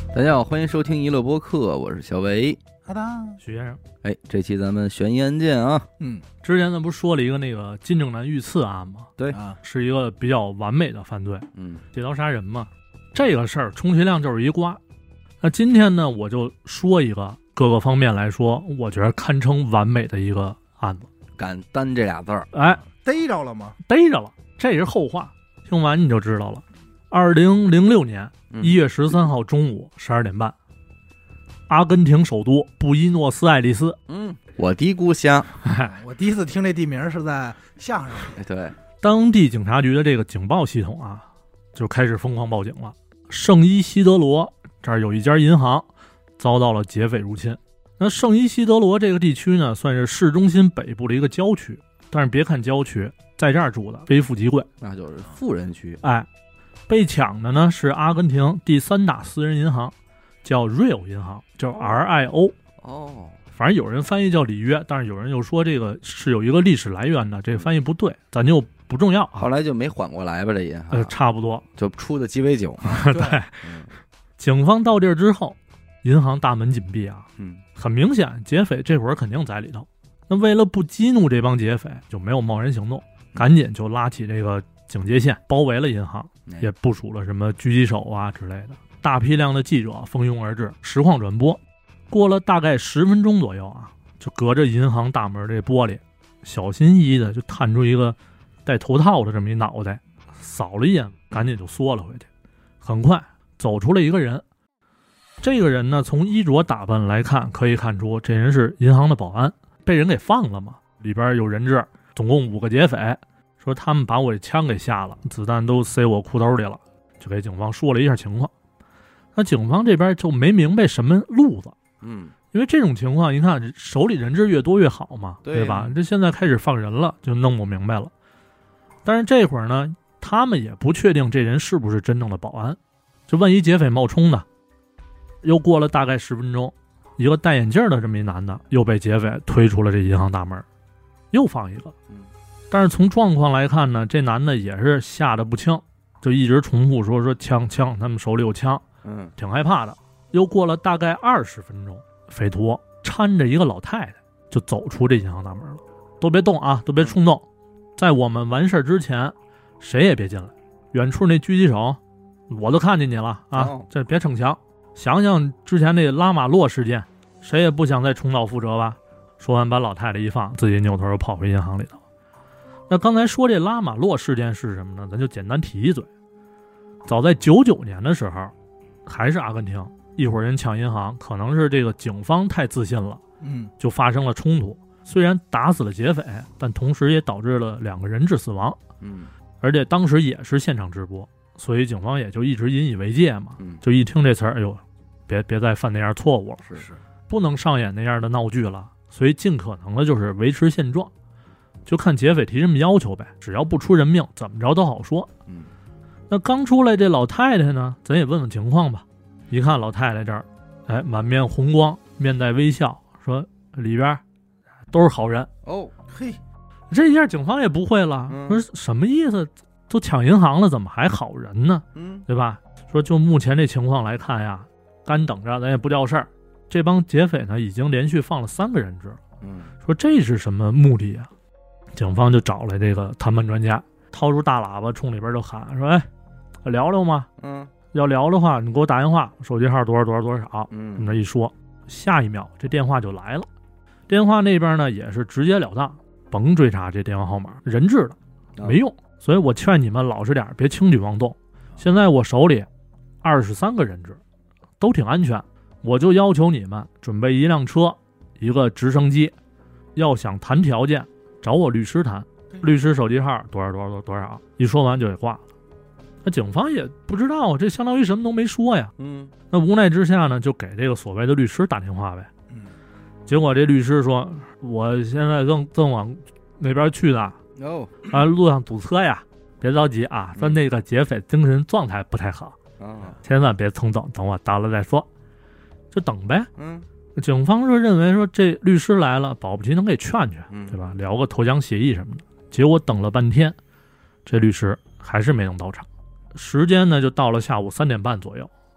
大家好，欢迎收听娱乐播客，我是小伟。 好的， 许先生。 哎，这期咱们悬疑案件啊， 之前咱不是说了一个那个金正男遇刺案吗？ 对啊， 是一个比较完美的犯罪，借刀杀人嘛。这个事儿充其量就是一瓜。那今天呢，我就说一个各个方面来说，我觉得堪称完美的一个案子。 敢担这俩字儿， 哎， 逮着了吗？ 逮着了，这是后话，听完你就知道了。2006年1月13号中午12点半，阿根廷首都布宜诺斯艾利斯。 我的故乡。 我第一次听这地名是在相声里。 对， 当地警察局的这个警报系统啊，就开始疯狂报警了。圣伊西德罗这儿有一家银行遭到了劫匪入侵。那圣伊西德罗这个地区呢，算是市中心北部的一个郊区，但是别看郊区，在这儿住的非富即贵， 那就是富人区。 哎，被抢的呢是阿根廷第3大私人银行，叫 RIO 银行，叫 RIO。 哦， 反正有人翻译叫里约，但是有人又说这个是有一个历史来源的，这个翻译不对，咱就不重要啊。 后来就没缓过来吧，这银行差不多就出的鸡尾酒。 对，警方到地儿之后，银行大门紧闭啊，很明显劫匪这会儿肯定在里头。那为了不激怒这帮劫匪，就没有贸然行动，赶紧就拉起这个警戒线，包围了银行，也部署了什么狙击手啊之类的，大批量的记者蜂拥而至，实况转播。过了大概10分钟左右啊，就隔着银行大门这玻璃，小心翼翼的就探出一个戴头套的这么一脑袋，扫了一眼，赶紧就缩了回去。很快走出了一个人，这个人呢，从衣着打扮来看，可以看出这人是银行的保安，被人给放了嘛，里边有人质，总共5个劫匪，说他们把我这枪给下了，子弹都塞我裤兜里了，就给警方说了一下情况。那警方这边就没明白什么路子，因为这种情况，你看手里人质越多越好嘛，对吧？这现在开始放人了，就弄不明白了。但是这会儿呢，他们也不确定这人是不是真正的保安，就万一劫匪冒充的。又过了大概10分钟，一个戴眼镜的这么一男的又被劫匪推出了这银行大门，又放一个。但是从状况来看呢，这男的也是吓得不轻，就一直重复说枪，他们手里有枪，挺害怕的。又过了大概20分钟，匪徒搀着一个老太太就走出这银行大门了。都别动啊，都别冲动，在我们完事之前，谁也别进来。远处那狙击手，我都看见你了啊，这别逞强。想想之前那拉马洛事件，谁也不想再重蹈覆辙吧。说完把老太太一放，自己扭头又跑回银行里头。那刚才说这拉马洛事件是什么呢？咱就简单提一嘴。早在99年的时候，还是阿根廷，一伙人抢银行，可能是这个警方太自信了，就发生了冲突。虽然打死了劫匪，但同时也导致了2个人质死亡。而且当时也是现场直播，所以警方也就一直引以为戒嘛。就一听这词儿，哎呦，别再犯那样错误了， 是不能上演那样的闹剧了。所以尽可能的就是维持现状，就看劫匪提什么要求呗，只要不出人命，怎么着都好说。那刚出来这老太太呢，咱也问问情况吧。一看老太太这儿，哎，满面红光，面带微笑，说里边都是好人。 嘿， 这一下警方也不会了，说什么意思？都抢银行了，怎么还好人呢？对吧？说就目前这情况来看呀，干等着，咱也不叫事儿。这帮劫匪呢，已经连续放了3个人质了。说这是什么目的啊？警方就找来这个谈判专家，掏出大喇叭冲里边就喊说：“哎，聊聊嘛。要聊的话，你给我打电话，手机号多少多少多少。”这么一说，下一秒这电话就来了。电话那边呢也是直截了当，甭追查这电话号码，人质的没用。所以我劝你们老实点，别轻举妄动。现在我手里23个人质，都挺安全。我就要求你们准备1辆车，一个直升机。要想谈条件，找我律师谈。律师手机号多少多少多少。一说完就给挂了。那警方也不知道，这相当于什么都没说呀。那无奈之下呢，就给这个所谓的律师打电话呗。结果这律师说：“我现在正往那边去呢。路上堵车呀，别着急啊，咱那个劫匪精神状态不太好千万别冲动，等我到了再说，就等呗。警方就认为说这律师来了，保不齐能给劝劝，对吧？聊个投降协议什么的。结果等了半天，这律师还是没能到场。时间呢就到了下午3点半左右，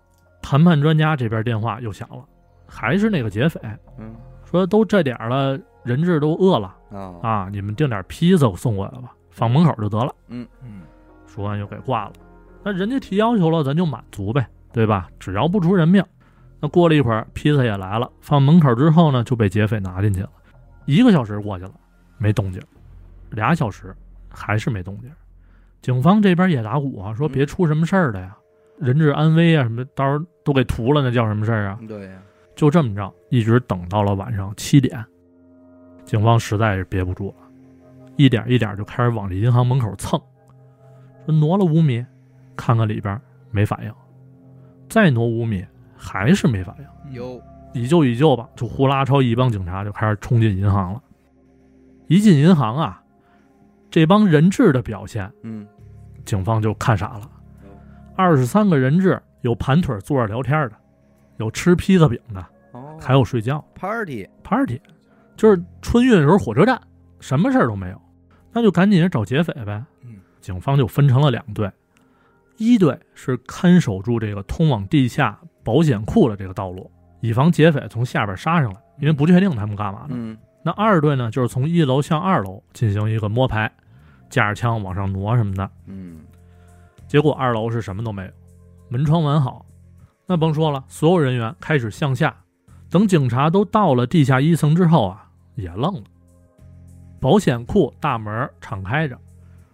谈判专家这边电话又响了，还是那个劫匪，说都这点了，人质都饿了啊，你们订点披萨送过来吧，放门口就得了。说完又给挂了。那人家提要求了，咱就满足呗，对吧？只要不出人命。那过了一会儿，披萨也来了，放门口之后呢，就被劫匪拿进去了。1个小时过去了，没动静；2小时还是没动静。警方这边也打鼓啊，说别出什么事儿了呀，人质安危啊什么，到时候都给屠了，那叫什么事儿啊？ 对呀。 就这么着，一直等到了晚上7点，警方实在是憋不住了，一点一点就开始往这银行门口蹭，说挪了5米，看看里边没反应，再挪5米还是没反应，以救吧，就呼啦超一帮警察就开始冲进银行了。一进银行啊，这帮人质的表现，警方就看傻了。23个人质，有盘腿坐着聊天的，有吃披萨饼的，还有睡觉 party， 就是春运的时候火车站，什么事儿都没有。那就赶紧找劫匪呗。警方就分成了2队，一队是看守住这个通往地下保险库的这个道路，以防劫匪从下边杀上来，因为不确定他们干嘛呢。那2队呢，就是从1楼向2楼进行一个摸排，架着枪往上挪什么的。结果2楼是什么都没有，门窗完好。那甭说了，所有人员开始向下。等警察都到了地下1层之后啊，也愣了。保险库大门敞开着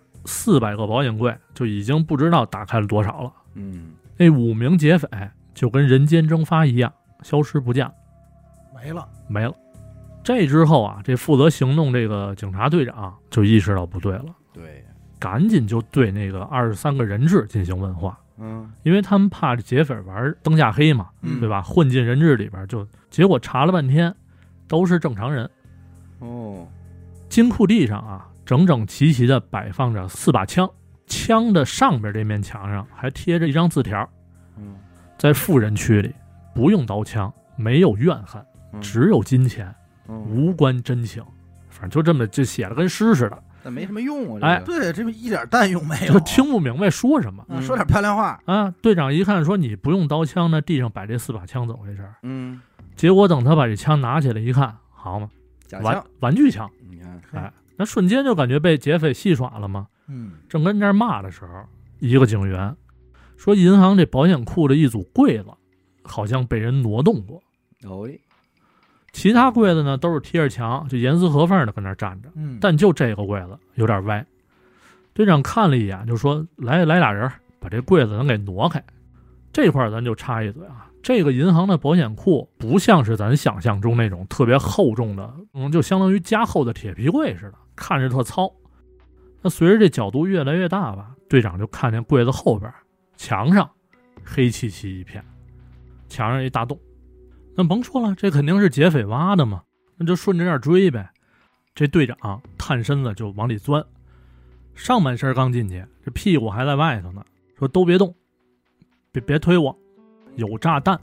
，400个保险柜就已经不知道打开了多少了。那5名劫匪就跟人间蒸发一样，消失不见了，没了。这之后啊，这负责行动这个警察队长就意识到不对了， 对， 赶紧就对那个23个人质进行问话。因为他们怕劫匪玩灯下黑嘛，对吧？混进人质里边，结果查了半天都是正常人。金库地上啊，整整齐齐的摆放着4把枪，枪的上边这面墙上还贴着一张字条，在富人区里不用刀枪，没有怨恨，只有金钱，无关真情。反正就这么就写的跟诗似的， 但没什么用啊。 对，这一点蛋用没有， 就听不明白说什么。 说点漂亮话啊。队长一看说你不用刀枪呢，地上摆这4把枪怎么回事？结果等他把这枪拿起来一看，好嘛，玩具枪。那瞬间就感觉被劫匪戏耍了嘛。正跟这儿骂的时候，一个警员说银行这保险库的一组柜子好像被人挪动过。其他柜子呢都是贴着墙，就严丝合缝的跟那站着，但就这个柜子有点歪。队长看了一眼就说来俩人把这柜子咱给挪开。这块咱就插一嘴啊，这个银行的保险库不像是咱想象中那种特别厚重的，就相当于加厚的铁皮柜似的，看着特糙。那随着这角度越来越大吧，队长就看见柜子后边墙上黑漆漆一片，墙上一大洞。那甭说了，这肯定是劫匪挖的嘛，那就顺着这儿追呗。这队长探身子就往里钻，上半身刚进去，这屁股还在外头呢，说都别动，别推我，有炸弹。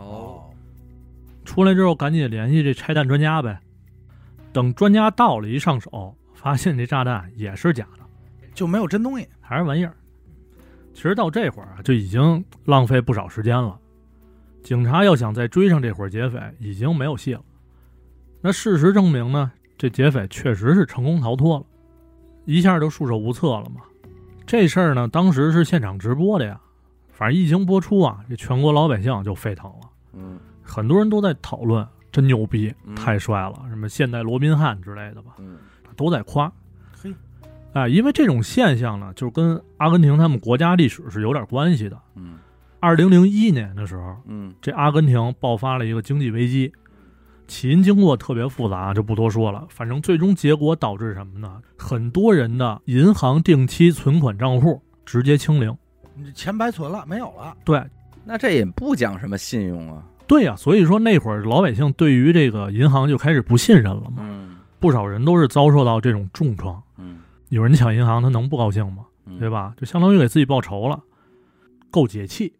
出来之后赶紧联系这拆弹专家呗。等专家到了，一上手发现这炸弹也是假的， 就没有真东西， 还是玩意儿。其实到这会儿就已经浪费不少时间了，警察要想再追上这伙劫匪已经没有戏了。那事实证明呢，这劫匪确实是成功逃脱了，一下就束手无策了嘛。这事儿呢当时是现场直播的呀，反正一经播出啊，这全国老百姓就沸腾了。很多人都在讨论，真牛逼，太帅了，什么现代罗宾汉之类的吧，都在夸。因为这种现象呢，就是跟阿根廷他们国家历史是有点关系的。2001年的时候，这阿根廷爆发了一个经济危机，起因经过特别复杂，就不多说了。反正最终结果导致什么呢？很多人的银行定期存款账户直接清零， 你钱白存了，没有了。 对， 那这也不讲什么信用啊。 对呀，所以说那会儿老百姓对于这个银行就开始不信任了嘛。不少人都是遭受到这种重创。有人抢银行，他能不高兴吗？对吧？就相当于给自己报仇了，够解气。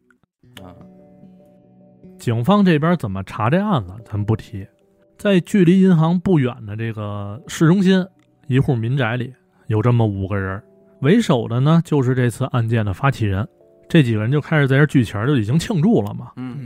警方这边怎么查这案子咱不提，在距离银行不远的这个市中心一户民宅里，有这么5个人，为首的呢就是这次案件的发起人。这几个人就开始在这聚钱，就已经庆祝了嘛。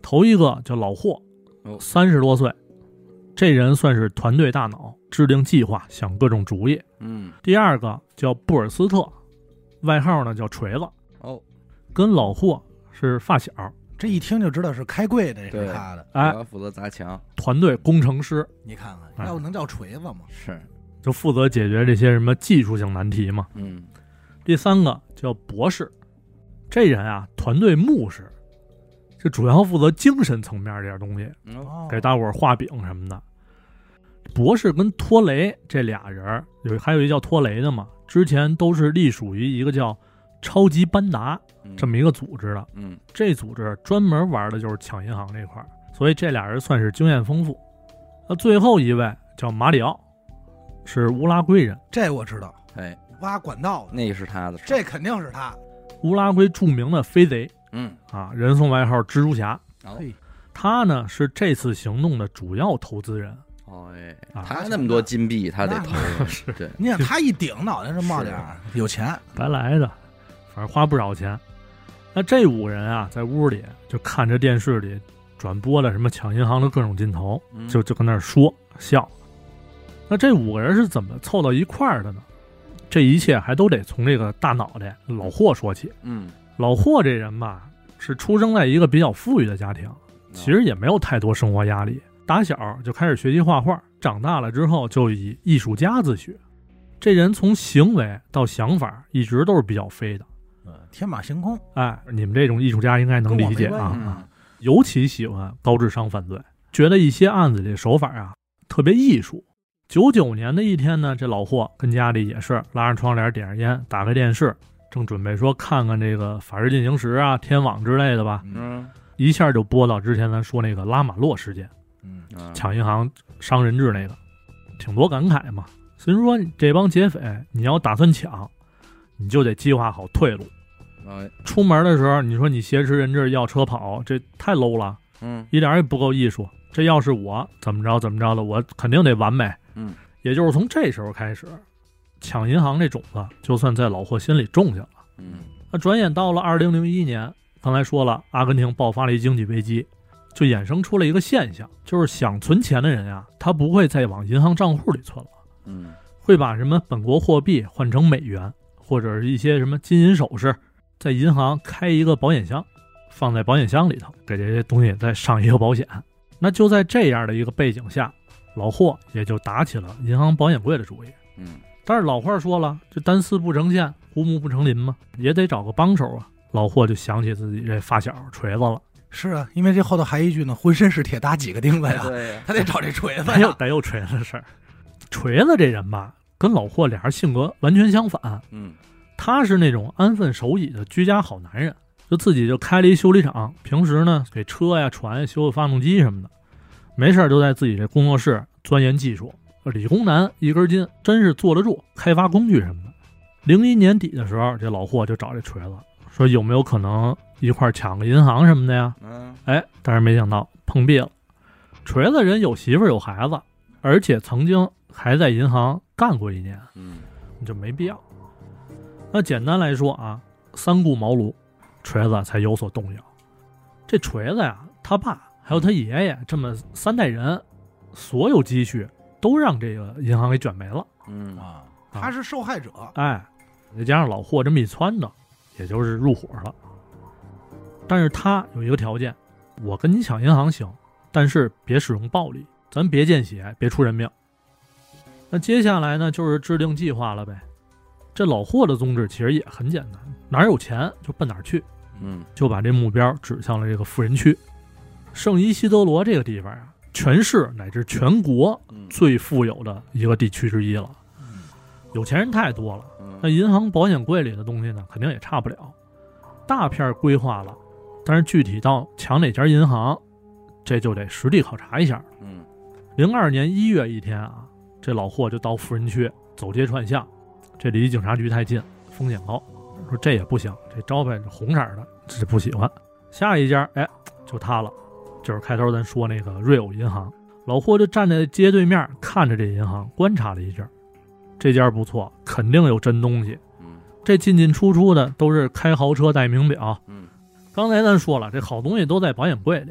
头一个叫老霍，30多岁，这人算是团队大脑，制定计划，想各种主意。第二个叫布尔斯特，外号呢叫锤子，跟老霍是发小。 这一听就知道是开柜的，是他的。 主要负责砸墙， 团队工程师。 你看看，要不能叫锤子吗？ 是， 就负责解决这些什么技术性难题嘛。第三个叫博士，这人啊，团队牧师，就主要负责精神层面这点东西，给大伙画饼什么的。博士跟托雷这俩人，还有一叫托雷的嘛，之前都是隶属于一个叫超级班达这么一个组织的。这组织专门玩的就是抢银行这块，所以这俩人算是经验丰富。那最后一位叫马里奥，是乌拉圭人。 这我知道，挖管道的那是他的事， 这肯定是他。 乌拉圭著名的飞贼，人送外号蜘蛛侠。他呢是这次行动的主要投资人。 他那么多金币，他得投。对， 你看他一顶脑袋上冒点有钱， 白来的，反正花不少钱。那这5个人啊，在屋里就看着电视里转播的什么抢银行的各种镜头，就跟那儿说笑。那这5个人是怎么凑到一块儿的呢？这一切还都得从这个大脑袋老霍说起。老霍这人吧，是出生在一个比较富裕的家庭，其实也没有太多生活压力，打小就开始学习画画，长大了之后就以艺术家自诩。这人从行为到想法一直都是比较飞的， 天马行空。 你们这种艺术家应该能理解啊。尤其喜欢高智商犯罪，觉得一些案子里的手法啊特别艺术。99年的一天呢，这老霍跟家里也是拉上窗帘，点上烟，打开电视，正准备说看看这个《法制进行时》啊、天网之类的吧。一下就播到之前咱说那个拉马洛事件，抢银行伤人质那个，挺多感慨嘛。所以说这帮劫匪，你要打算抢，你就得计划好退路。出门的时候，你说你挟持人质要车跑，这太 low 了，一点也不够艺术。这要是我怎么着的，我肯定得完美。也就是从这时候开始，抢银行这种子就算在老霍心里种下了。那转眼到了2001年，刚才说了，阿根廷爆发了一经济危机，就衍生出了一个现象，就是想存钱的人啊，他不会再往银行账户里存了，会把什么本国货币换成美元，或者是一些什么金银首饰，在银行开一个保险箱，放在保险箱里头，给这些东西再上一个保险。那就在这样的一个背景下，老霍也就打起了银行保险柜的主意。但是老话说了，这单丝不成线，胡木不成林嘛，也得找个帮手啊。老霍就想起自己这发小锤子了。 是啊，因为这后头还一句呢，浑身是铁，打几个钉子呀？ 对， 他得找这锤子呀。 得有锤子的事儿。锤子这人吧，跟老霍俩人性格完全相反。他是那种安分守己的居家好男人，就自己就开了一修理厂，平时呢给车呀、船呀修个发动机什么的，没事就在自己这工作室钻研技术。理工男一根筋，真是坐得住，开发工具什么的。01年底的时候，这老霍就找这锤子说有没有可能一块抢个银行什么的呀？但是没想到碰壁了。锤子人有媳妇有孩子，而且曾经还在银行干过1年，就没必要。那简单来说啊，三顾茅庐，锤子才有所动摇。这锤子呀，他爸还有他爷爷这么3代人，所有积蓄都让这个银行给卷没了。 他是受害者。 再加上老霍这么一撺掇，也就是入伙了。但是他有一个条件，我跟你抢银行行，但是别使用暴力，咱别见血，别出人命。那接下来呢，就是制定计划了呗。这老霍的宗旨其实也很简单，哪有钱就奔哪儿去。就把这目标指向了这个富人区。圣伊西德罗这个地方啊，全市乃至全国最富有的一个地区之一了。有钱人太多了，那银行保险柜里的东西呢，肯定也差不了。大片规划了，但是具体到抢哪家银行，这就得实地考察一下。02年1月一天啊，这老霍就到富人区走街串巷，这离警察局太近，风险高，说这也不行，这招牌是红色的，这不喜欢。下一家就他了，就是开头咱说那个瑞欧银行。老霍就站在街对面看着这银行，观察了一阵，这家不错，肯定有真东西。这进进出出的都是开豪车戴名表。刚才咱说了，这好东西都在保险柜里，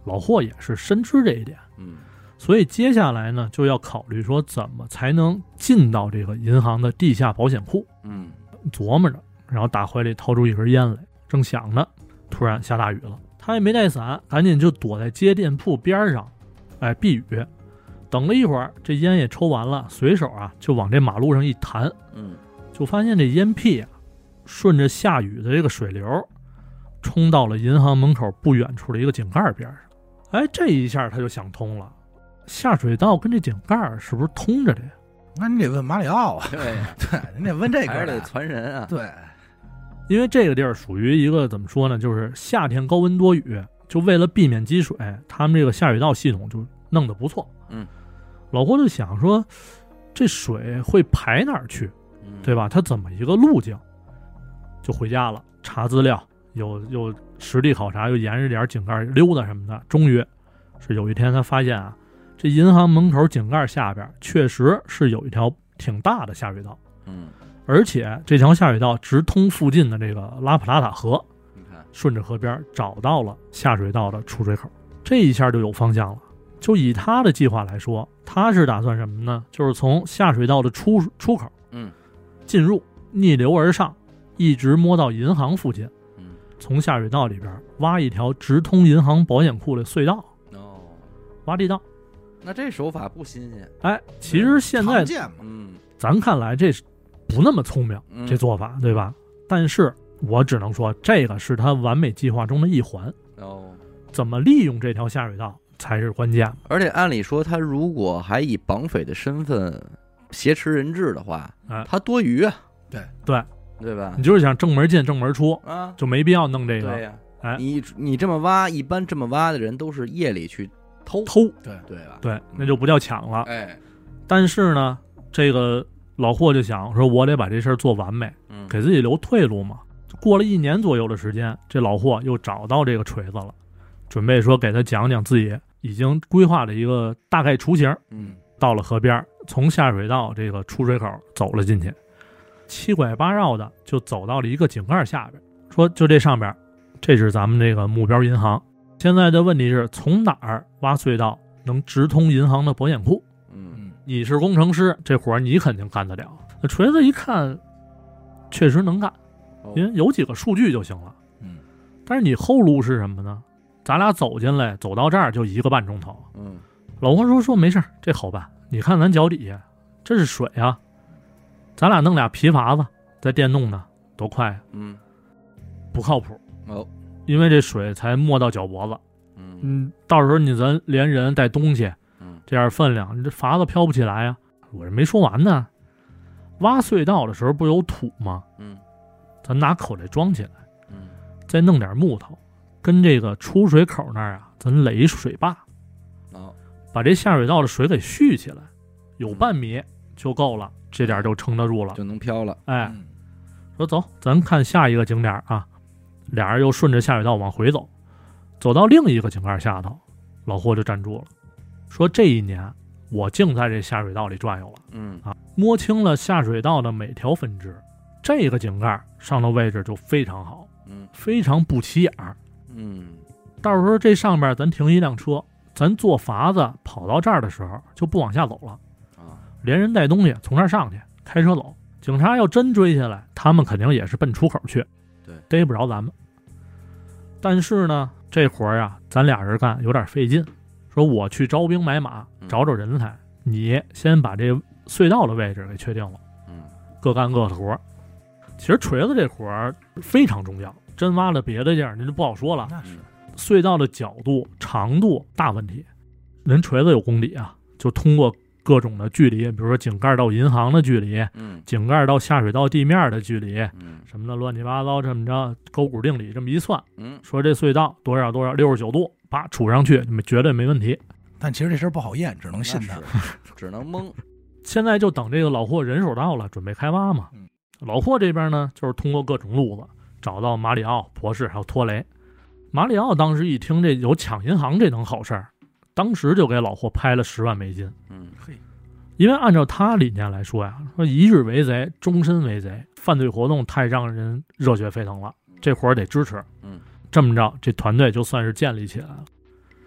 老霍也是深知这一点，所以接下来呢就要考虑说怎么才能进到这个银行的地下保险库，琢磨着，然后打怀里掏出一根烟来，正想呢，突然下大雨了，他也没带伞，赶紧就躲在街店铺边上，避雨。等了一会儿，这烟也抽完了，随手啊就往这马路上一弹，就发现这烟屁啊顺着下雨的这个水流冲到了银行门口不远处的一个井盖边上。这一下他就想通了，下水道跟这井盖是不是通着的呀？ 那你得问马里奥啊， 对对，你得问这个， 还是得传人啊。 对， 因为这个地儿属于一个怎么说呢，就是夏天高温多雨，就为了避免积水，他们这个下水道系统就弄得不错。老霍就想说，这水会排哪儿去，对吧？它怎么一个路径？就回家了，查资料，有实地考察，又沿着点井盖溜达什么的。终于是有一天，他发现啊，这银行门口井盖下边确实是有一条挺大的下水道，而且这条下水道直通附近的这个拉普拉塔河，顺着河边找到了下水道的出水口，这一下就有方向了。就以他的计划来说，他是打算什么呢？就是从下水道的出口，进入，逆流而上，一直摸到银行附近，从下水道里边挖一条直通银行保险库的隧道，挖地道。 那这手法不新鲜， 其实现在咱看来这不那么聪明，这做法对吧？但是我只能说，这个是他完美计划中的一环。怎么利用这条下水道才是关键。 而且按理说，他如果还以绑匪的身份挟持人质的话，他多余啊。对吧？ 你就是想正门进正门出啊，就没必要弄这个。 对呀，你这么挖，一般这么挖的人都是夜里去偷，对吧？ 对，那就不叫抢了。但是呢，这个老霍就想说，我得把这事儿做完美，给自己留退路嘛。过了1年左右的时间，这老霍又找到这个锤子了，准备说给他讲讲自己已经规划的一个大概雏形。到了河边，从下水道这个出水口走了进去，七拐八绕的就走到了一个井盖下边，说就这上边，这是咱们这个目标银行。现在的问题是从哪儿挖隧道能直通银行的保险库？你是工程师，这活你肯定干得了。那锤子一看，确实能干，因为有几个数据就行了。但是你后路是什么呢？咱俩走进来，走到这儿就1个半钟头。老黄说没事，这好办。你看咱脚底下，这是水啊，咱俩弄俩皮筏子在电动呢，多快啊！不靠谱因为这水才没到脚脖子。到时候咱连人带东西，这样分量，你这筏子飘不起来呀。我这没说完呢，挖隧道的时候不有土吗？咱拿口袋装起来，再弄点木头，跟这个出水口那儿啊，咱垒一水坝，把这下水道的水给蓄起来，有半米就够了，这点就撑得住了， 就能飘了。 说走，咱看下一个景点啊。俩人又顺着下水道往回走，走到另一个井盖下头，老霍就站住了，说这一年我净在这下水道里转悠了，摸清了下水道的每条分支。这个井盖上的位置就非常好，非常不起眼儿。到时候这上边咱停一辆车，咱坐筏子跑到这儿的时候就不往下走了，连人带东西从这儿上去，开车走。警察要真追下来，他们肯定也是奔出口去，逮不着咱们。但是呢，这活儿啊，咱俩人干有点费劲。说我去招兵买马，找人才，你先把这隧道的位置给确定了，各干各的活儿。其实锤子这活儿非常重要，真挖了别的地儿，您就不好说了。 那是隧道的角度、长度大问题，人锤子有功底啊，就通过各种的距离，比如说井盖到银行的距离，井盖到下水道地面的距离，什么的乱七八糟，这么着勾股定理这么一算，说这隧道多少69度，啪杵上去，绝对没问题。 但其实这事儿不好验，只能信他， 只能蒙。 现在就等这个老霍人手到了，准备开挖嘛。老霍这边呢，就是通过各种路子找到马里奥、博士还有托雷。马里奥当时一听这有抢银行这等好事儿，当时就给老霍拍了10万美金。因为按照他理念来说呀，说一日为贼，终身为贼，犯罪活动太让人热血沸腾了，这活儿得支持。这么着，这团队就算是建立起来了。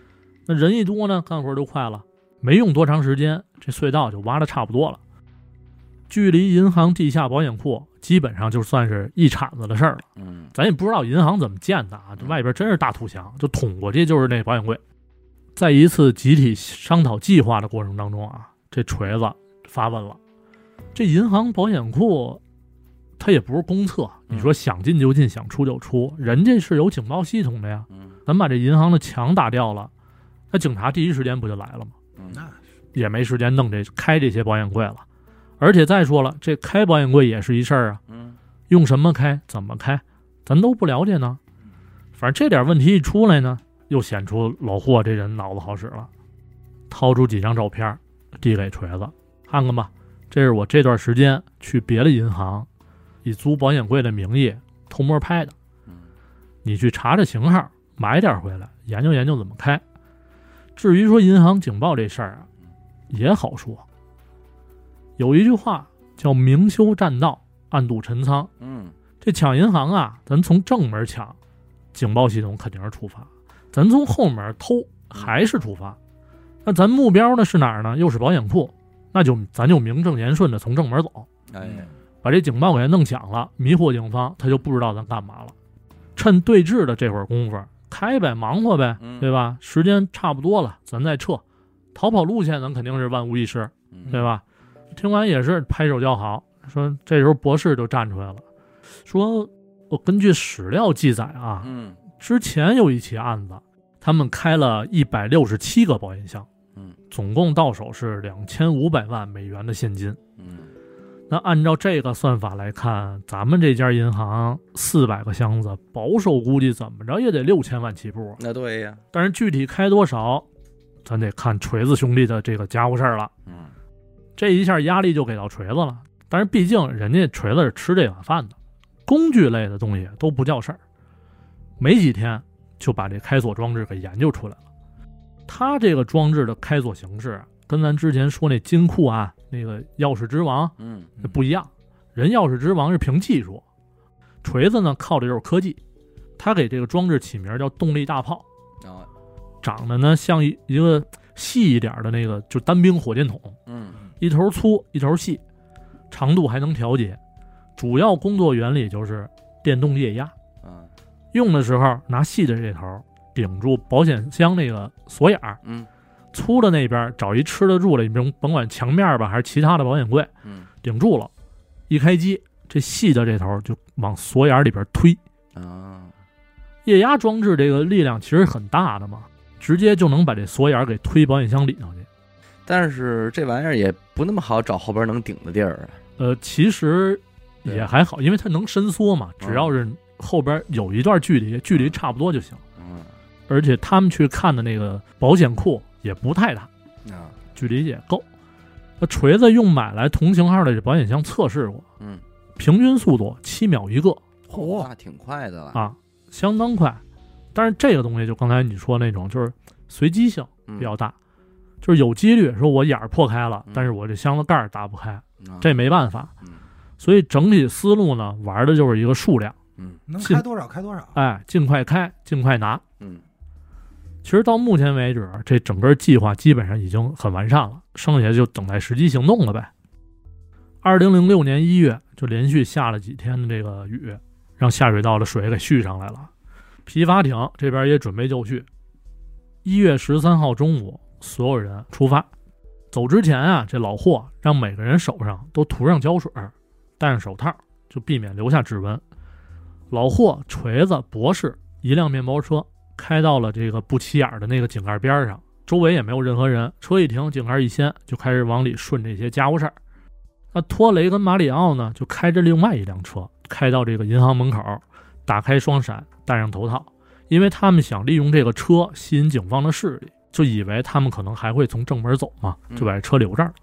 那人一多呢，干活就快了，没用多长时间，这隧道就挖得差不多了。距离银行地下保险库基本上就算是一铲子的事儿了。咱也不知道银行怎么建的啊，这外边真是大土墙，就捅过去就是那保险柜。在一次集体商讨计划的过程当中啊，这锤子发问了：这银行保险库它也不是公厕，你说想进就进，想出就出，人家是有警报系统的呀。咱把这银行的墙打掉了，那警察第一时间不就来了吗？也没时间弄开这些保险柜了。而且再说了，这开保险柜也是一事儿啊。用什么开，怎么开，咱都不了解呢。反正这点问题一出来呢，又显出老霍这人脑子好使了，掏出几张照片递给锤子，看看吧，这是我这段时间去别的银行以租保险柜的名义偷摸拍的，你去查查型号，买点回来研究研究怎么开。至于说银行警报这事儿啊，也好说。有一句话叫明修栈道，暗度陈仓。这抢银行啊，咱从正门抢，警报系统肯定是触发；咱从后门偷，还是触发。那咱目标呢是哪儿呢？又是保险库，那咱就名正言顺的从正门走。把这警报给弄响了，迷惑警方，他就不知道咱干嘛了。趁对峙的这会儿功夫，开呗，忙活呗，对吧？时间差不多了，咱再撤。逃跑路线咱肯定是万无一失，对吧？听完也是拍手叫好，说这时候博士就站出来了，说我根据史料记载啊，之前有一起案子，他们开了167个保险箱，总共到手是2500万美元的现金。那按照这个算法来看，咱们这家银行400个箱子，保守估计怎么着也得6000万起步。 那对呀， 但是具体开多少，咱得看锤子兄弟的这个家伙事儿了。这一下压力就给到锤子了。但是毕竟人家锤子是吃这碗饭的，工具类的东西都不叫事儿。没几天就把这开锁装置给研究出来了。他这个装置的开锁形式跟咱之前说那金库啊，那个钥匙之王不一样。人钥匙之王是凭技术，锤子呢靠的就是科技。他给这个装置起名叫动力大炮，长得呢像一个细一点的那个就单兵火箭筒，一头粗一头细，长度还能调节。主要工作原理就是电动液压，用的时候拿细的这头顶住保险箱那个锁眼，粗的那边找一吃得住的，你甭管墙面吧还是其他的保险柜，顶住了，一开机，这细的这头就往锁眼里边推。液压装置这个力量其实很大的嘛，直接就能把这锁眼给推保险箱里头去。 但是这玩意儿也不那么好找后边能顶的地儿啊。 其实也还好，因为它能伸缩嘛，只要是后边有一段距离差不多就行。而且他们去看的那个保险库也不太大，距离也够。那锤子用买来同型号的这保险箱测试过，平均速度7秒一个， 那挺快的了啊，相当快。但是这个东西就刚才你说那种，就是随机性比较大，就是有几率说我眼儿破开了，但是我这箱子盖打不开，这没办法。所以整体思路呢，玩的就是一个数量， 能开多少开多少， 尽快开，尽快拿。其实到目前为止，这整个计划基本上已经很完善了，剩下就等待实际行动了呗。2006年1月就连续下了几天的这个雨，让下水道的水给蓄上来了。皮筏艇这边也准备就绪。1月13号中午，所有人出发。走之前啊，这老霍让每个人手上都涂上胶水，戴上手套，就避免留下指纹。老霍、锤子、博士一辆面包车开到了这个不起眼的那个井盖边上，周围也没有任何人。车一停，井盖一掀，就开始往里顺这些家伙事儿。那托雷跟马里奥呢，就开着另外一辆车，开到这个银行门口，打开双闪，戴上头套，因为他们想利用这个车吸引警方的视力，就以为他们可能还会从正门走嘛，就把车留这儿。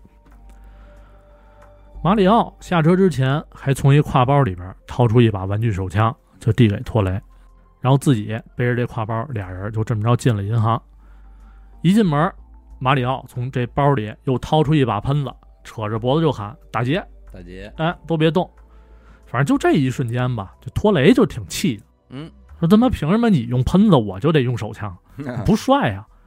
马里奥下车之前，还从一挎包里边掏出一把玩具手枪，就递给托雷，然后自己背着这挎包，俩人就这么着进了银行。一进门，马里奥从这包里又掏出一把喷子，扯着脖子就喊：“打劫！ 打劫！ 都别动！”反正就这一瞬间吧，这托雷就挺气的，说他妈凭什么你用喷子，我就得用手枪，不帅呀！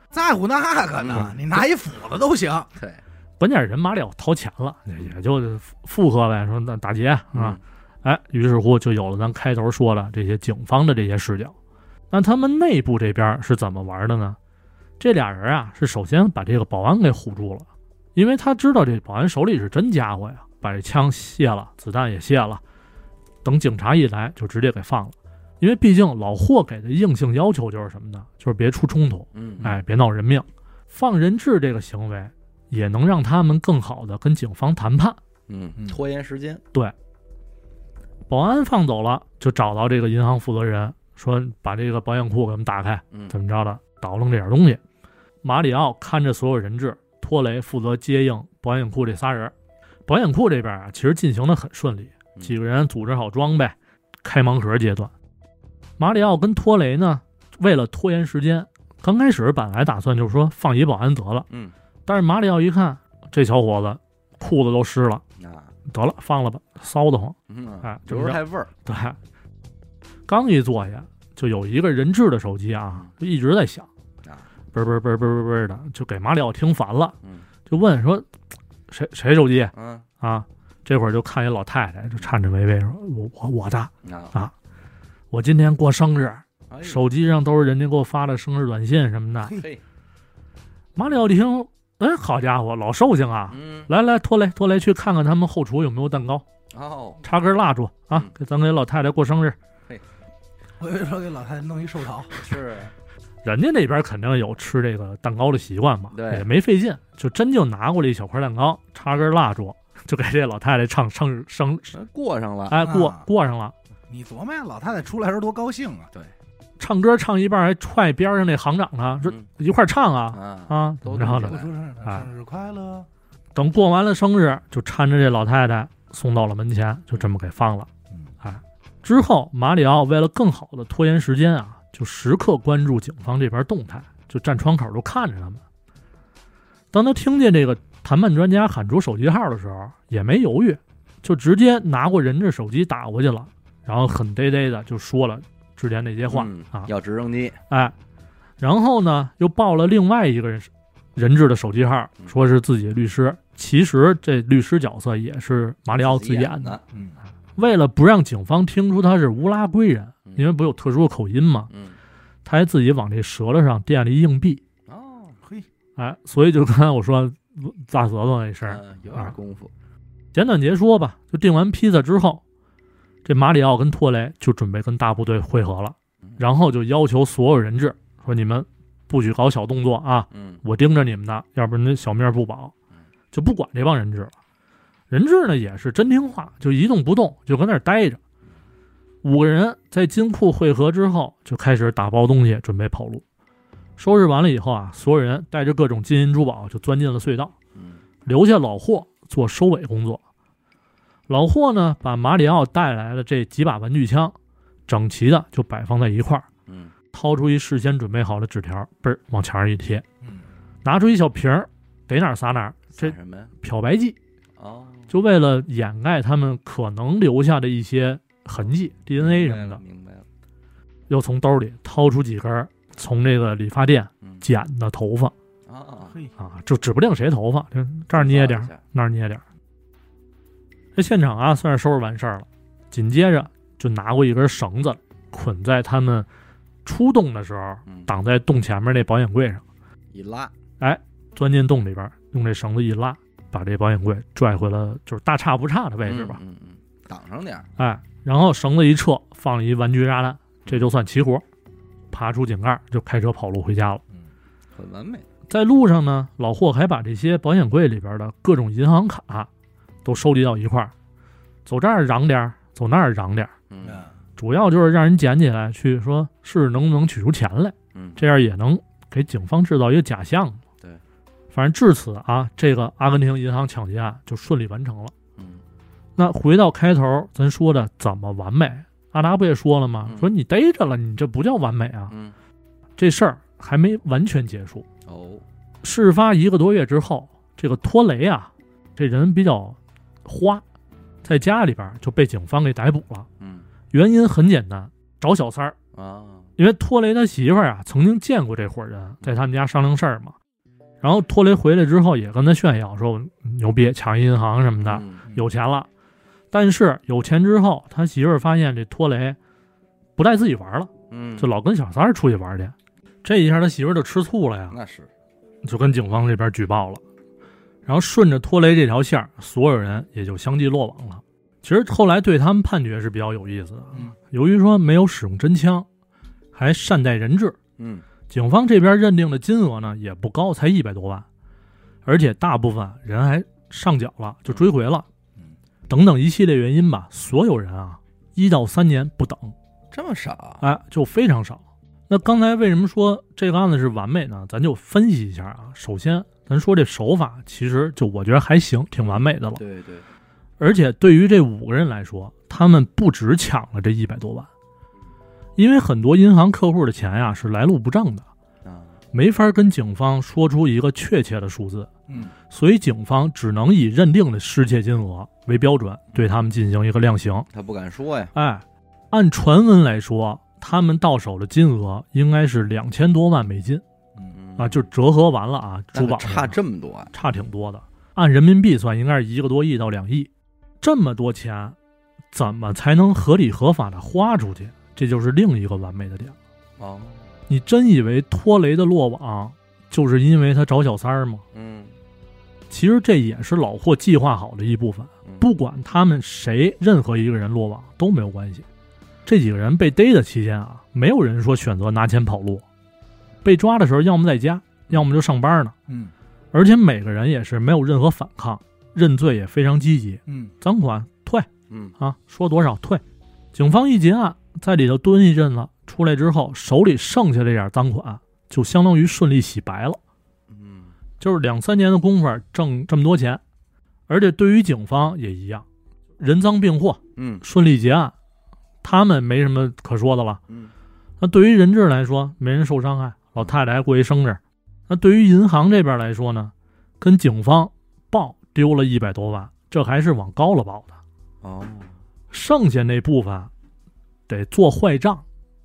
在乎那个呢，你拿一斧子都行。 对， 关键人马里奥掏钱了，也就附和呗，说那打劫啊，于是乎就有了咱开头说的这些警方的这些视角。那他们内部这边是怎么玩的呢？这俩人啊，是首先把这个保安给唬住了，因为他知道这保安手里是真家伙呀，把这枪卸了，子弹也卸了，等警察一来就直接给放了。因为毕竟老霍给的硬性要求就是什么呢？就是别出冲突，别闹人命。放人质这个行为也能让他们更好的跟警方谈判， 拖延时间。 对，保安放走了，就找到这个银行负责人，说把这个保险库给我们打开，怎么着的，捣楞这点东西。马里奥看着所有人质，托雷负责接应保险库这仨人。保险库这边啊，其实进行的很顺利，几个人组织好装备，开盲盒阶段。马里奥跟托雷呢，为了拖延时间，刚开始本来打算就是说放一保安得了，但是马里奥一看这小伙子裤子都湿了，得了放了吧，骚得慌， 留着太味儿。 对，刚一坐下，就有一个人质的手机啊，就一直在响，嘣嘣嘣嘣嘣嘣的，就给马里奥听烦了，就问说谁手机？这会儿就看一老太太，就颤颤巍巍说：“我的啊。我今天过生日，手机上都是人家给我发的生日短信什么的。”马里奥一听，好家伙，老寿星啊！来，托雷去看看他们后厨有没有蛋糕，插根蜡烛啊，咱给老太太过生日。 我以为说给老太太弄一寿桃， 是， 人家那边肯定有吃这个蛋糕的习惯嘛， 对， 也没费劲，就真就拿过来一小块蛋糕，插根蜡烛，就给这老太太唱生过上了， 过上了。 你琢磨呀，老太太出来时候多高兴啊！ 对， 唱歌唱一半还踹边上那行长呢，说一块唱啊，怎么着的？ 生日快乐！ 等过完了生日，就搀着这老太太送到了门前，就这么给放了。之后马里奥为了更好的拖延时间啊，就时刻关注警方这边动态，就站窗口都看着他们。当他听见这个谈判专家喊出手机号的时候，也没犹豫，就直接拿过人质手机打过去了。然后很嘚嘚的就说了之前那些话， 要直升机， 然后呢又报了另外一个人质的手机号，说是自己的律师，其实这律师角色也是马里奥自己演的。为了不让警方听出他是乌拉圭人，因为不有特殊的口音嘛，他还自己往这舌头上垫了一硬币。所以就刚才我说大舌头那事儿， 有点功夫。 简短截说吧，就订完披萨之后，这马里奥跟托雷就准备跟大部队会合了，然后就要求所有人质说：“你们不许搞小动作啊！我盯着你们的，要不然小命不保。”就不管这帮人质了。人质呢也是真听话，就一动不动，就搁那儿待着。5个人在金库会合之后，就开始打包东西，准备跑路。收拾完了以后啊，所有人带着各种金银珠宝就钻进了隧道，留下老霍做收尾工作。老霍呢，把马里奥带来的这几把玩具枪，整齐的就摆放在一块儿。掏出一事先准备好的纸条，嘣儿往墙上一贴。拿出一小瓶儿，逮哪儿撒哪儿。这什么呀？ 漂白剂。就为了掩盖他们可能留下的一些痕迹 ，DNA 什么的。 明白了。 又从兜里掏出几根从这个理发店剪的头发。就指不定谁头发，这儿捏点，那儿捏点。这现场啊，算是收拾完事儿了。紧接着就拿过一根绳子，捆在他们出洞的时候挡在洞前面那保险柜上， 一拉， 钻进洞里边，用这绳子一拉，把这保险柜拽回了就是大差不差的位置吧， 挡上点， 然后绳子一撤，放了一玩具炸弹，这就算齐活。爬出井盖就开车跑路回家了， 很完美。 在路上呢，老霍还把这些保险柜里边的各种银行卡都收集到一块儿，走这儿嚷点，走那儿嚷点，主要就是让人捡起来去说是能不能取出钱来，这样也能给警方制造一个假象。 对， 反正至此啊，这个阿根廷银行抢劫案就顺利完成了。那回到开头咱说的怎么完美，阿达不也说了吗？说你逮着了，你这不叫完美啊。这事儿还没完全结束。事发1个多月之后，这个托雷啊，这人比较花，在家里边就被警方给逮捕了。原因很简单，找小三儿因为托雷他媳妇儿啊曾经见过这伙人，在他们家商量事儿嘛。然后托雷回来之后也跟他炫耀说牛逼，抢银行什么的，有钱了。但是有钱之后，他媳妇儿发现这托雷不带自己玩了，就老跟小三儿出去玩去。这一下他媳妇儿就吃醋了呀， 那是， 就跟警方这边举报了。然后顺着托雷这条线，所有人也就相继落网了。其实后来对他们判决是比较有意思的，由于说没有使用真枪，还善待人质，警方这边认定的金额呢也不高，才100多万，而且大部分人还上缴了，就追回了，等等一系列原因吧，所有人啊1到3年不等。 这么少？ 哎，就非常少。那刚才为什么说这个案子是完美呢？咱就分析一下啊。首先咱说这手法其实就我觉得还行，挺完美的了。 对对。 而且对于这5个人来说，他们不只抢了这100多万，因为很多银行客户的钱呀是来路不正的，没法跟警方说出一个确切的数字，所以警方只能以认定的失窃金额为标准，对他们进行一个量刑。 他不敢说呀。 哎，按传闻来说，他们到手的金额应该是2000多万美金，就折合完了啊，珠宝差这么多啊， 差挺多的。按人民币算，应该是1个多亿到2亿，这么多钱，怎么才能合理合法的花出去？这就是另一个完美的点了。你真以为托雷的落网就是因为他找小三儿吗？其实这也是老霍计划好的一部分，不管他们谁任何一个人落网都没有关系。这几个人被逮的期间啊，没有人说选择拿钱跑路，被抓的时候要么在家，要么就上班呢。而且每个人也是没有任何反抗，认罪也非常积极。赃款退，说多少退。警方一结案，在里头蹲一阵子，出来之后手里剩下这点赃款就相当于顺利洗白了。就是2、3年的功夫挣这么多钱。而且对于警方也一样，人赃并获，顺利结案，他们没什么可说的了。那对于人质来说，没人受伤害，老太太还过一生日。那对于银行这边来说呢，跟警方报丢了100多万，这还是往高了报的。剩下那部分得做坏账。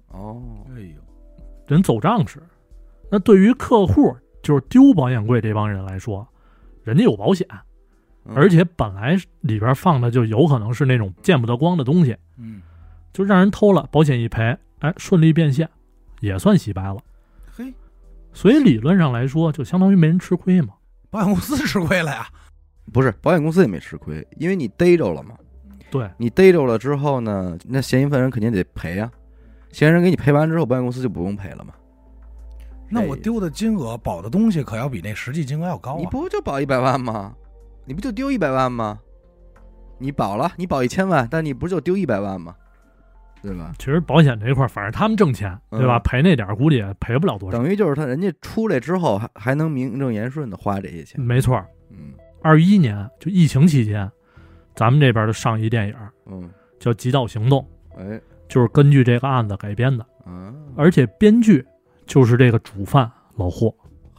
人走账时。那对于客户，就是丢保险柜这帮人来说，人家有保险，而且本来里边放的就有可能是那种见不得光的东西，就让人偷了，保险一赔，顺利变现，也算洗白了。所以理论上来说，就相当于没人吃亏嘛。 保险公司吃亏了呀？ 不是，保险公司也没吃亏，因为你逮着了嘛。 对， 你逮着了之后呢，那嫌疑犯人肯定得赔啊。嫌疑人给你赔完之后，保险公司就不用赔了嘛。 那我丢的金额保的东西可要比那实际金额要高啊。 你不就保100万吗？你不就丢100万吗？你保了，你保1000万，但你不就丢100万吗？对吧？ 其实保险这一块，反正他们挣钱，对吧？赔那点估计也赔不了多少。 等于就是人家出来之后还能名正言顺的花这些钱。 没错。21年就疫情期间，咱们这边的上一电影，叫《极道行动》，就是根据这个案子改编的。而且编剧就是这个主犯老霍。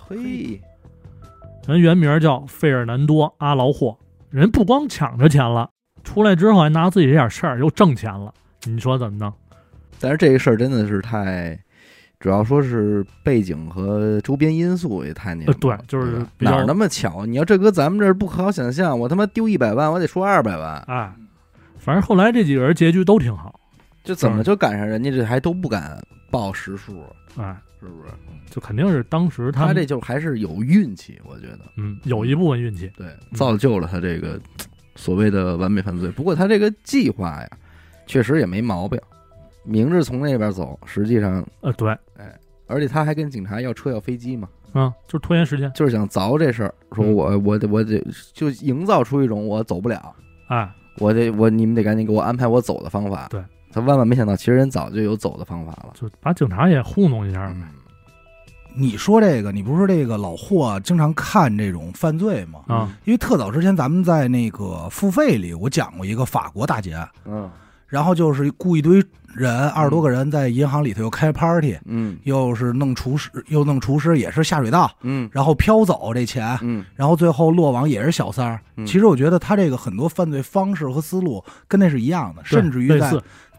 人原名叫费尔南多·阿劳霍，人不光抢着钱了，出来之后还拿自己这点事儿又挣钱了。你说怎么弄？ 但是这个事儿真的是太，主要说是背景和周边因素也太那个。 对，就是哪那么巧？你要这搁咱们这儿不可好想象，我他妈丢100万，我得说200万。 反正后来这几个人结局都挺好。 就怎么就赶上人家这还都不敢报实数？是不是？ 就肯定是当时他这就还是有运气，我觉得。 有一部分运气， 对，造就了他这个所谓的完美犯罪。不过他这个计划呀，确实也没毛病，明着从那边走，实际上对， 而且他还跟警察要车要飞机嘛， 就是拖延时间， 就是想凿这事儿，说我得就营造出一种我走不了，你们得赶紧给我安排我走的方法。 对， 他万万没想到，其实人早就有走的方法了， 就把警察也糊弄一下。 你说这个，你不是说这个老霍经常看这种犯罪吗？因为特早之前咱们在那个付费里，我讲过一个法国大劫案。然后就是雇一堆人，20多个人在银行里头又开 party，又是弄厨师，也是下水道，然后飘走这钱，然后最后落网也是小三儿。其实我觉得他这个很多犯罪方式和思路跟那是一样的，甚至于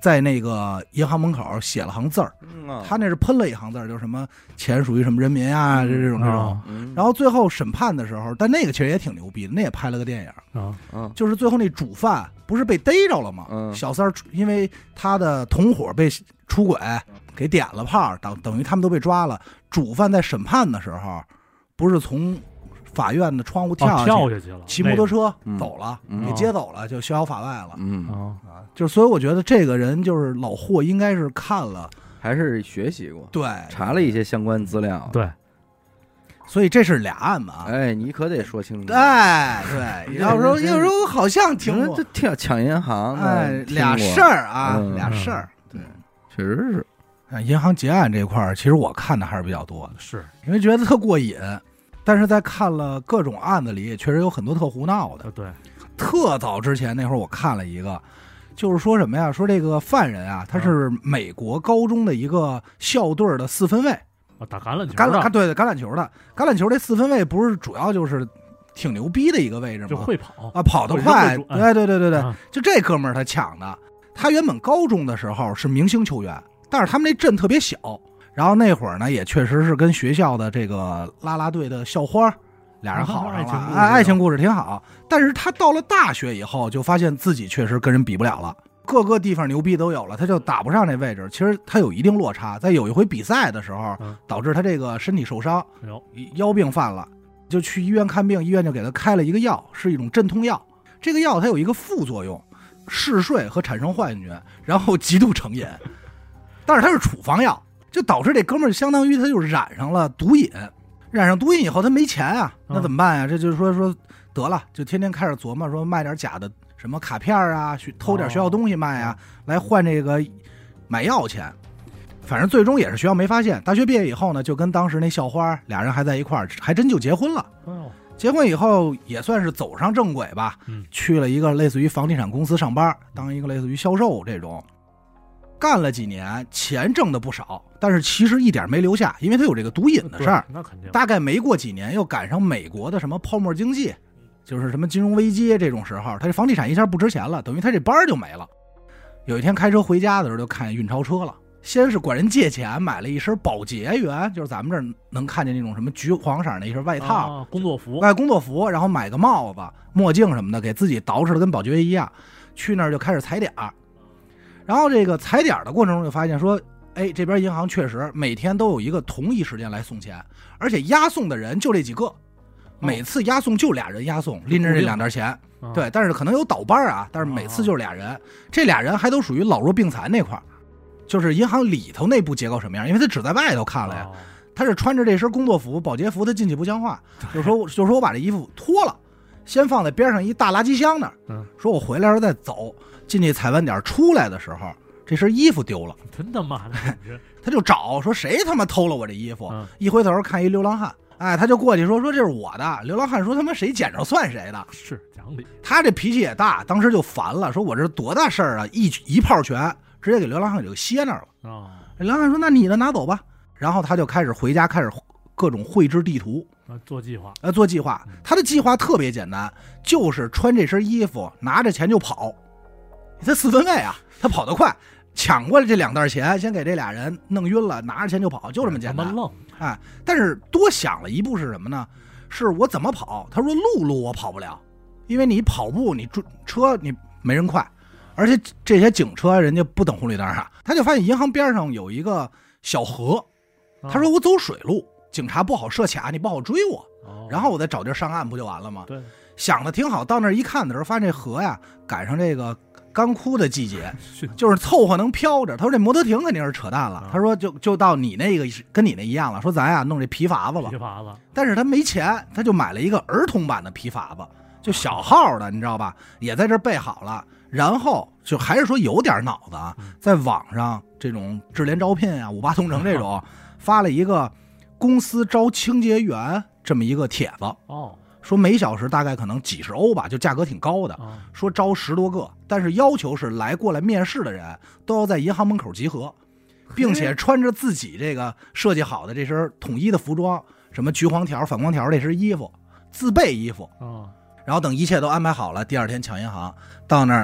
在那个银行门口写了行字儿，他那是喷了一行字儿，就是什么钱属于什么人民啊，这种。然后最后审判的时候，但那个其实也挺牛逼的，那也拍了个电影就是最后那主犯不是被逮着了吗？小三儿因为他的同伙被出轨给点了炮，等于他们都被抓了。主犯在审判的时候，不是从法院的窗户跳下去了，骑摩托车走了，给接走了，就逍遥法外了。就是所以我觉得这个人就是老霍，应该是看了， 还是学习过， 对， 查了一些相关资料， 对。 所以这是俩案子啊！ 哎，你可得说清楚。 哎，对，要说好像听过， 这抢银行， 哎，俩事儿啊，俩事儿，对， 确实是。 银行劫案这块儿，其实我看的还是比较多的， 是因为觉得特过瘾。但是在看了各种案子里，也确实有很多特胡闹的。 对， 特早之前那会儿我看了一个，就是说什么呀？说这个犯人啊，他是美国高中的一个校队的四分卫。 打橄榄球的，对橄榄球的，橄榄球这四分卫不是主要就是挺牛逼的一个位置吗？ 就会跑啊，跑得快，对，就这哥们儿他抢的。他原本高中的时候是明星球员，但是他们那镇特别小，然后那会儿呢也确实是跟学校的这个啦啦队的校花俩人好上了，爱情故事挺好。但是他到了大学以后，就发现自己确实跟人比不了了。各个地方牛逼都有了，他就打不上这位置。其实他有一定落差，在有一回比赛的时候，导致他这个身体受伤，腰病犯了，就去医院看病，医院就给他开了一个药，是一种镇痛药。这个药它有一个副作用，嗜睡和产生幻觉，然后极度成瘾。但是它是处方药，就导致这哥们儿相当于他就染上了毒瘾。染上毒瘾以后他没钱啊，那怎么办呀？这就是说得了，就天天开始琢磨说卖点假的什么卡片啊，偷点学校东西卖啊，来换这个买药钱。反正最终也是学校没发现。大学毕业以后呢，就跟当时那校花俩人还在一块儿，还真就结婚了。结婚以后也算是走上正轨吧，去了一个类似于房地产公司上班，当一个类似于销售这种。干了几年，钱挣的不少，但是其实一点没留下，因为他有这个毒瘾的事儿。 那肯定。 大概没过几年，又赶上美国的什么泡沫经济，就是什么金融危机这种时候，他这房地产一下不值钱了，等于他这班就没了。有一天开车回家的时候，就看见运钞车了。先是管人借钱买了一身保洁员，就是咱们这儿能看见那种什么橘黄色的一身外套， 工作服， 工作服，然后买个帽子、墨镜什么的，给自己捯饬的跟保洁员一样。去那儿就开始踩点儿。然后这个踩点的过程中就发现说，哎，这边银行确实每天都有一个同一时间来送钱，而且押送的人就这几个，每次押送就俩人押送，拎着这2袋钱。对，但是可能有倒班啊，但是每次就是俩人，这俩人还都属于老弱病残那块儿，就是银行里头内部结构什么样，因为他只在外头看了呀，他是穿着这身工作服、保洁服，他进去不像话，就说我把这衣服脱了，先放在边上一大垃圾箱那儿，说我回来时候再走。进去踩完点出来的时候，这身衣服丢了， 真他妈的！ 他就找说谁他妈偷了我这衣服，一回头看一流浪汉，哎，他就过去说这是我的。流浪汉说他妈谁捡着算谁的， 是讲理。 他这脾气也大，当时就烦了，说我这多大事儿啊，一炮拳直接给流浪汉给歇那儿了。流浪汉说那你的拿走吧。然后他就开始回家，开始各种绘制地图。 做计划， 做计划。他的计划特别简单，就是穿这身衣服，拿着钱就跑。他4分卫啊，他跑得快，抢过来这2袋钱，先给这俩人弄晕了，拿着钱就跑，就这么简单。哎，但是多想了一步是什么呢？是我怎么跑？他说路我跑不了，因为你跑步你车你没人快，而且这些警车人家不等红绿灯啊。他就发现银行边上有一个小河，他说我走水路，警察不好设卡，你不好追我，然后我再找地儿上岸不就完了吗？ 对， 想的挺好。到那儿一看的时候，发现这河呀赶上这个干枯的季节，就是凑合能飘着。他说这摩托艇肯定是扯淡了。他说就到你那个跟你那一样了，说咱呀弄这皮筏子吧。但是他没钱，他就买了一个儿童版的皮筏子，就小号的，你知道吧？也在这备好了。然后就还是说有点脑子啊，在网上这种智联招聘啊、58同城这种发了一个公司招清洁员这么一个帖子。说每小时大概可能几十欧吧，就价格挺高的。说招10多个，但是要求是过来面试的人都要在银行门口集合，并且穿着自己这个设计好的这身统一的服装，什么橘黄条、反光条这身衣服，自备衣服。然后等一切都安排好了，第2天抢银行，到那儿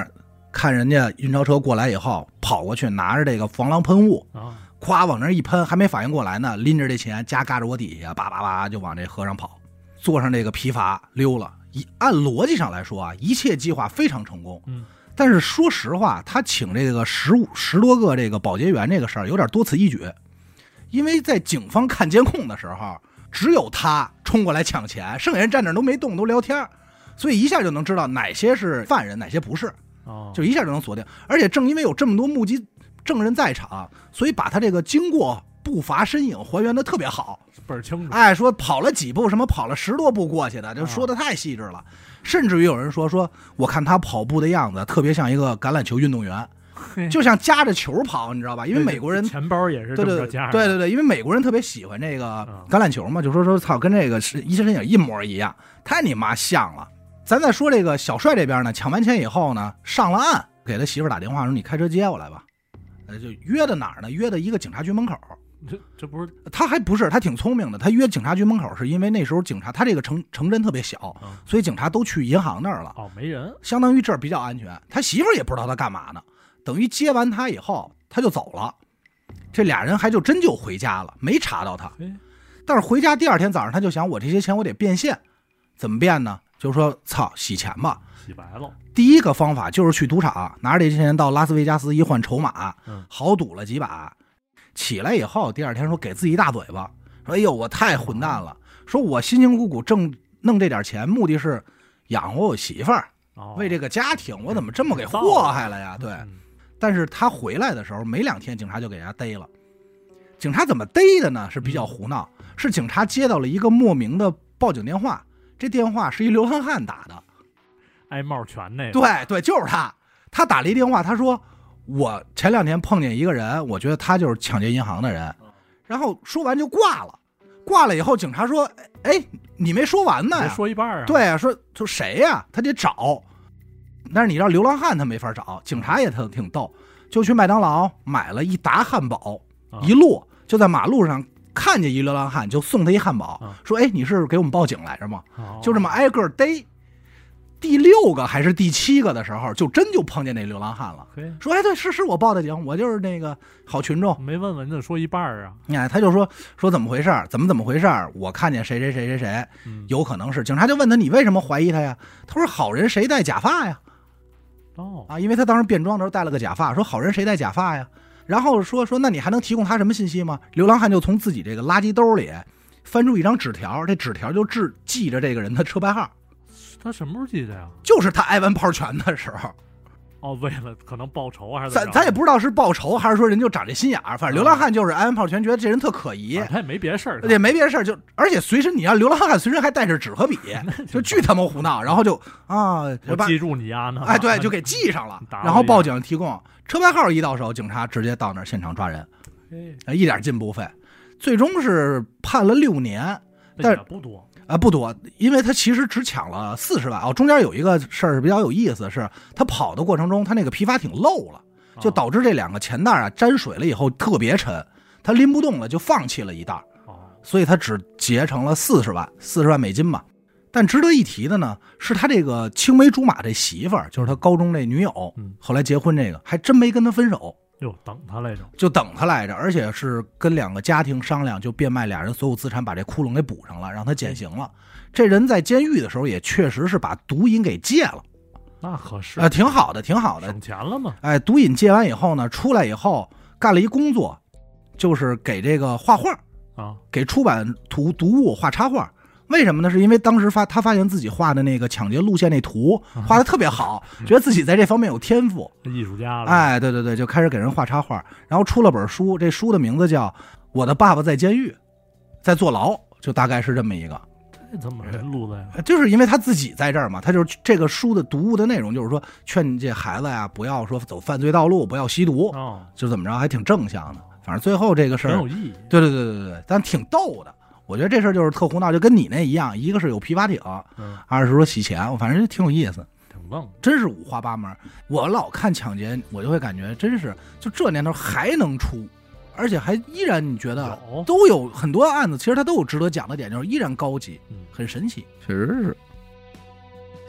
看人家运钞车过来以后，跑过去拿着这个防狼喷雾咵往那一喷，还没反应过来呢，拎着这钱夹嘎着我底下，叭叭叭就往这河上跑，坐上这个皮筏溜了。按逻辑上来说啊，一切计划非常成功。但是说实话，他请这个十多个这个保洁员这个事儿有点多此一举，因为在警方看监控的时候，只有他冲过来抢钱，剩下人站那都没动，都聊天，所以一下就能知道哪些是犯人，哪些不是，就一下就能锁定。而且正因为有这么多目击证人在场，所以把他这个经过步伐身影还原的特别好， 倍儿清楚。 哎，说跑了几步，什么跑了10多步过去的，就说的太细致了。甚至于有人说我看他跑步的样子特别像一个橄榄球运动员，就像夹着球跑，你知道吧？因为美国人钱包也是这么夹着。 对，因为美国人特别喜欢这个橄榄球嘛，就说操，跟这个是一切身影一模一样，太你妈像了。咱再说这个小帅这边呢，抢完钱以后呢，上了岸，给他媳妇打电话说：“你开车接我来吧。”就约到哪儿呢？约到一个警察局门口。 这不是他还不是他挺聪明的，他约警察局门口是因为那时候警察他这个城镇特别小，所以警察都去银行那儿了。 没人， 相当于这儿比较安全。他媳妇儿也不知道他干嘛呢，等于接完他以后他就走了。这俩人还就真就回家了，没查到他。但是回家第二天早上他就想，我这些钱我得变现，怎么变呢？就说操，洗钱吧， 洗白了。 第一个方法就是去赌场，拿着这些钱到拉斯维加斯一换筹码，豪赌了几把。起来以后，第二天说给自己一大嘴巴，说：“哎呦，我太混蛋了！说我辛辛苦苦弄这点钱，目的是养活我媳妇儿，为这个家庭，我怎么这么给祸害了呀？”对。但是他回来的时候没2天，警察就给人家逮了。警察怎么逮的呢？是比较胡闹，是警察接到了一个莫名的报警电话，这电话是一流浪汉打的， 挨帽拳那个。 对，就是他。他打了一电话，他说：“我前2天碰见一个人，我觉得他就是抢劫银行的人。”然后说完就挂了。挂了以后，警察说：“哎，你没说完呢呀？ 说一半啊。” 对啊，说谁呀？他得找。但是你让流浪汉他没法找，警察也挺逗，就去麦当劳买了一打汉堡，一摞，就在马路上看见一流浪汉，就送他一汉堡，说：“哎，你是给我们报警来着吗？”就这么挨个逮。第6个还是第7个的时候，就真就碰见那流浪汉了，说：“哎，对，是我报的警，我就是那个好群众。” 没问问就说一半啊？ 哎，他就说怎么回事？怎么回事？我看见谁，有可能是。警察就问他：“你为什么怀疑他呀？”他说：“好人谁戴假发呀？”因为他当时变装的时候戴了个假发，说：“好人谁戴假发呀？”然后说那你还能提供他什么信息吗？流浪汉就从自己这个垃圾兜里翻出一张纸条，这纸条就记着这个人的车牌号。 他什么时候记的呀？ 就是他挨完炮拳的时候。 为了可能报仇还是咱也不知道是报仇还是说人就长这心眼儿，反正流浪汉就是挨完炮拳觉得这人特可疑， 他也没别的事儿， 也没别的事儿，就而且随身你让流浪汉随身还带着纸和笔，就巨他妈胡闹，然后就我记住你呀呢， 哎对，就给记上了，然后报警提供车牌号一到手，警察直接到那儿现场抓人，一点进不费，最终是判了6年，但也不多。 不多，因为他其实只抢了40万。中间有一个事儿是比较有意思，是他跑的过程中，他那个皮筏挺漏了，就导致这2个钱袋沾水了以后特别沉，他拎不动了，就放弃了一袋，所以他只结成了40万美金吧。但值得一提的呢，是他这个青梅竹马这媳妇儿，就是他高中这女友，后来结婚这个还真没跟他分手。 等他来着， 就等他来着，而且是跟2个家庭商量，就变卖俩人所有资产，把这窟窿给补上了，让他减刑了。这人在监狱的时候也确实是把毒瘾给戒了， 那可是挺好的， 省钱了嘛。 毒瘾戒完以后呢，出来以后干了一工作，就是给这个画画给出版读物画插画。为什么呢？是因为当时他发现自己画的那个抢劫路线那图画的特别好，觉得自己在这方面有天赋， 艺术家了。 哎，对，就开始给人画插画，然后出了本书，这书的名字叫《我的爸爸在监狱，在坐牢》，就大概是这么一个。 这怎么录的呀？ 就是因为他自己在这儿嘛，他就是这个书的读物的内容，就是说劝你这孩子呀，不要说走犯罪道路，不要吸毒，就怎么着，还挺正向的。反正最后这个事儿很有意义。 对，但挺逗的。我觉得这事儿就是特胡闹，就跟你那一样，一个是有皮筏艇，二是说洗钱，反正挺有意思， 挺愣， 真是五花八门。我老看抢劫，我就会感觉真是，就这年头还能出，而且还依然你觉得都有很多案子，其实它都有值得讲的点，就是依然高级，很神奇。 确实是。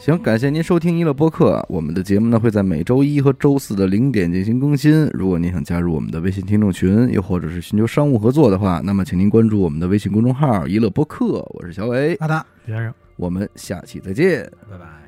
行，感谢您收听娱乐播客。我们的节目呢会在每周一和周四的0点进行更新。如果您想加入我们的微信听众群，又或者是寻求商务合作的话，那么请您关注我们的微信公众号娱乐播客。我是小伟， 好的， 先生， 我们下期再见， 拜拜。